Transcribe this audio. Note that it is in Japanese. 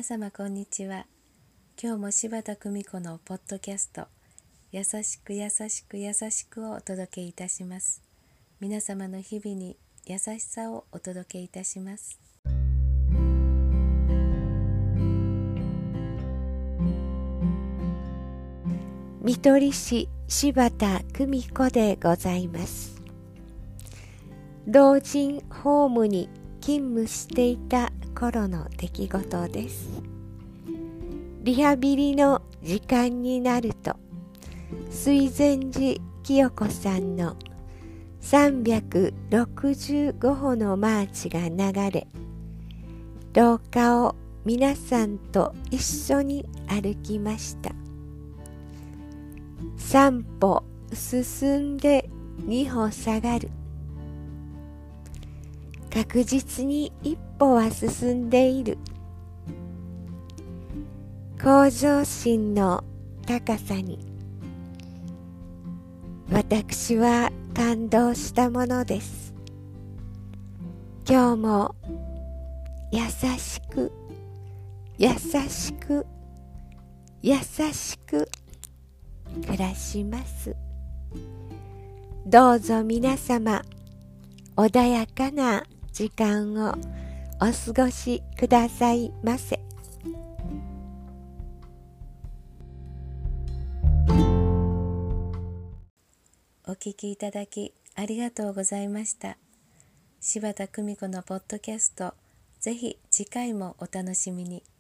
様こんにちは。今日も柴田久美子のポッドキャスト優しく優しく優しくをお届けいたします。皆様の日々に優しさをお届けいたします。 看取り師柴田久美子でございます。老人ホームに勤務していた頃の出来事です。リハビリの時間になると、水前寺清子さんの365歩のマーチが流れ、廊下を皆さんと一緒に歩きました。3歩進んで2歩下がる。確実に1歩は進んでいる。向上心の高さに私は感動したものです。今日も優しく優しく優しく暮らします。どうぞ皆様穏やかな時間をお過ごしくださいませ。 お聞きいただきありがとうございました。柴田久美子のポッドキャスト、ぜひ次回もお楽しみに。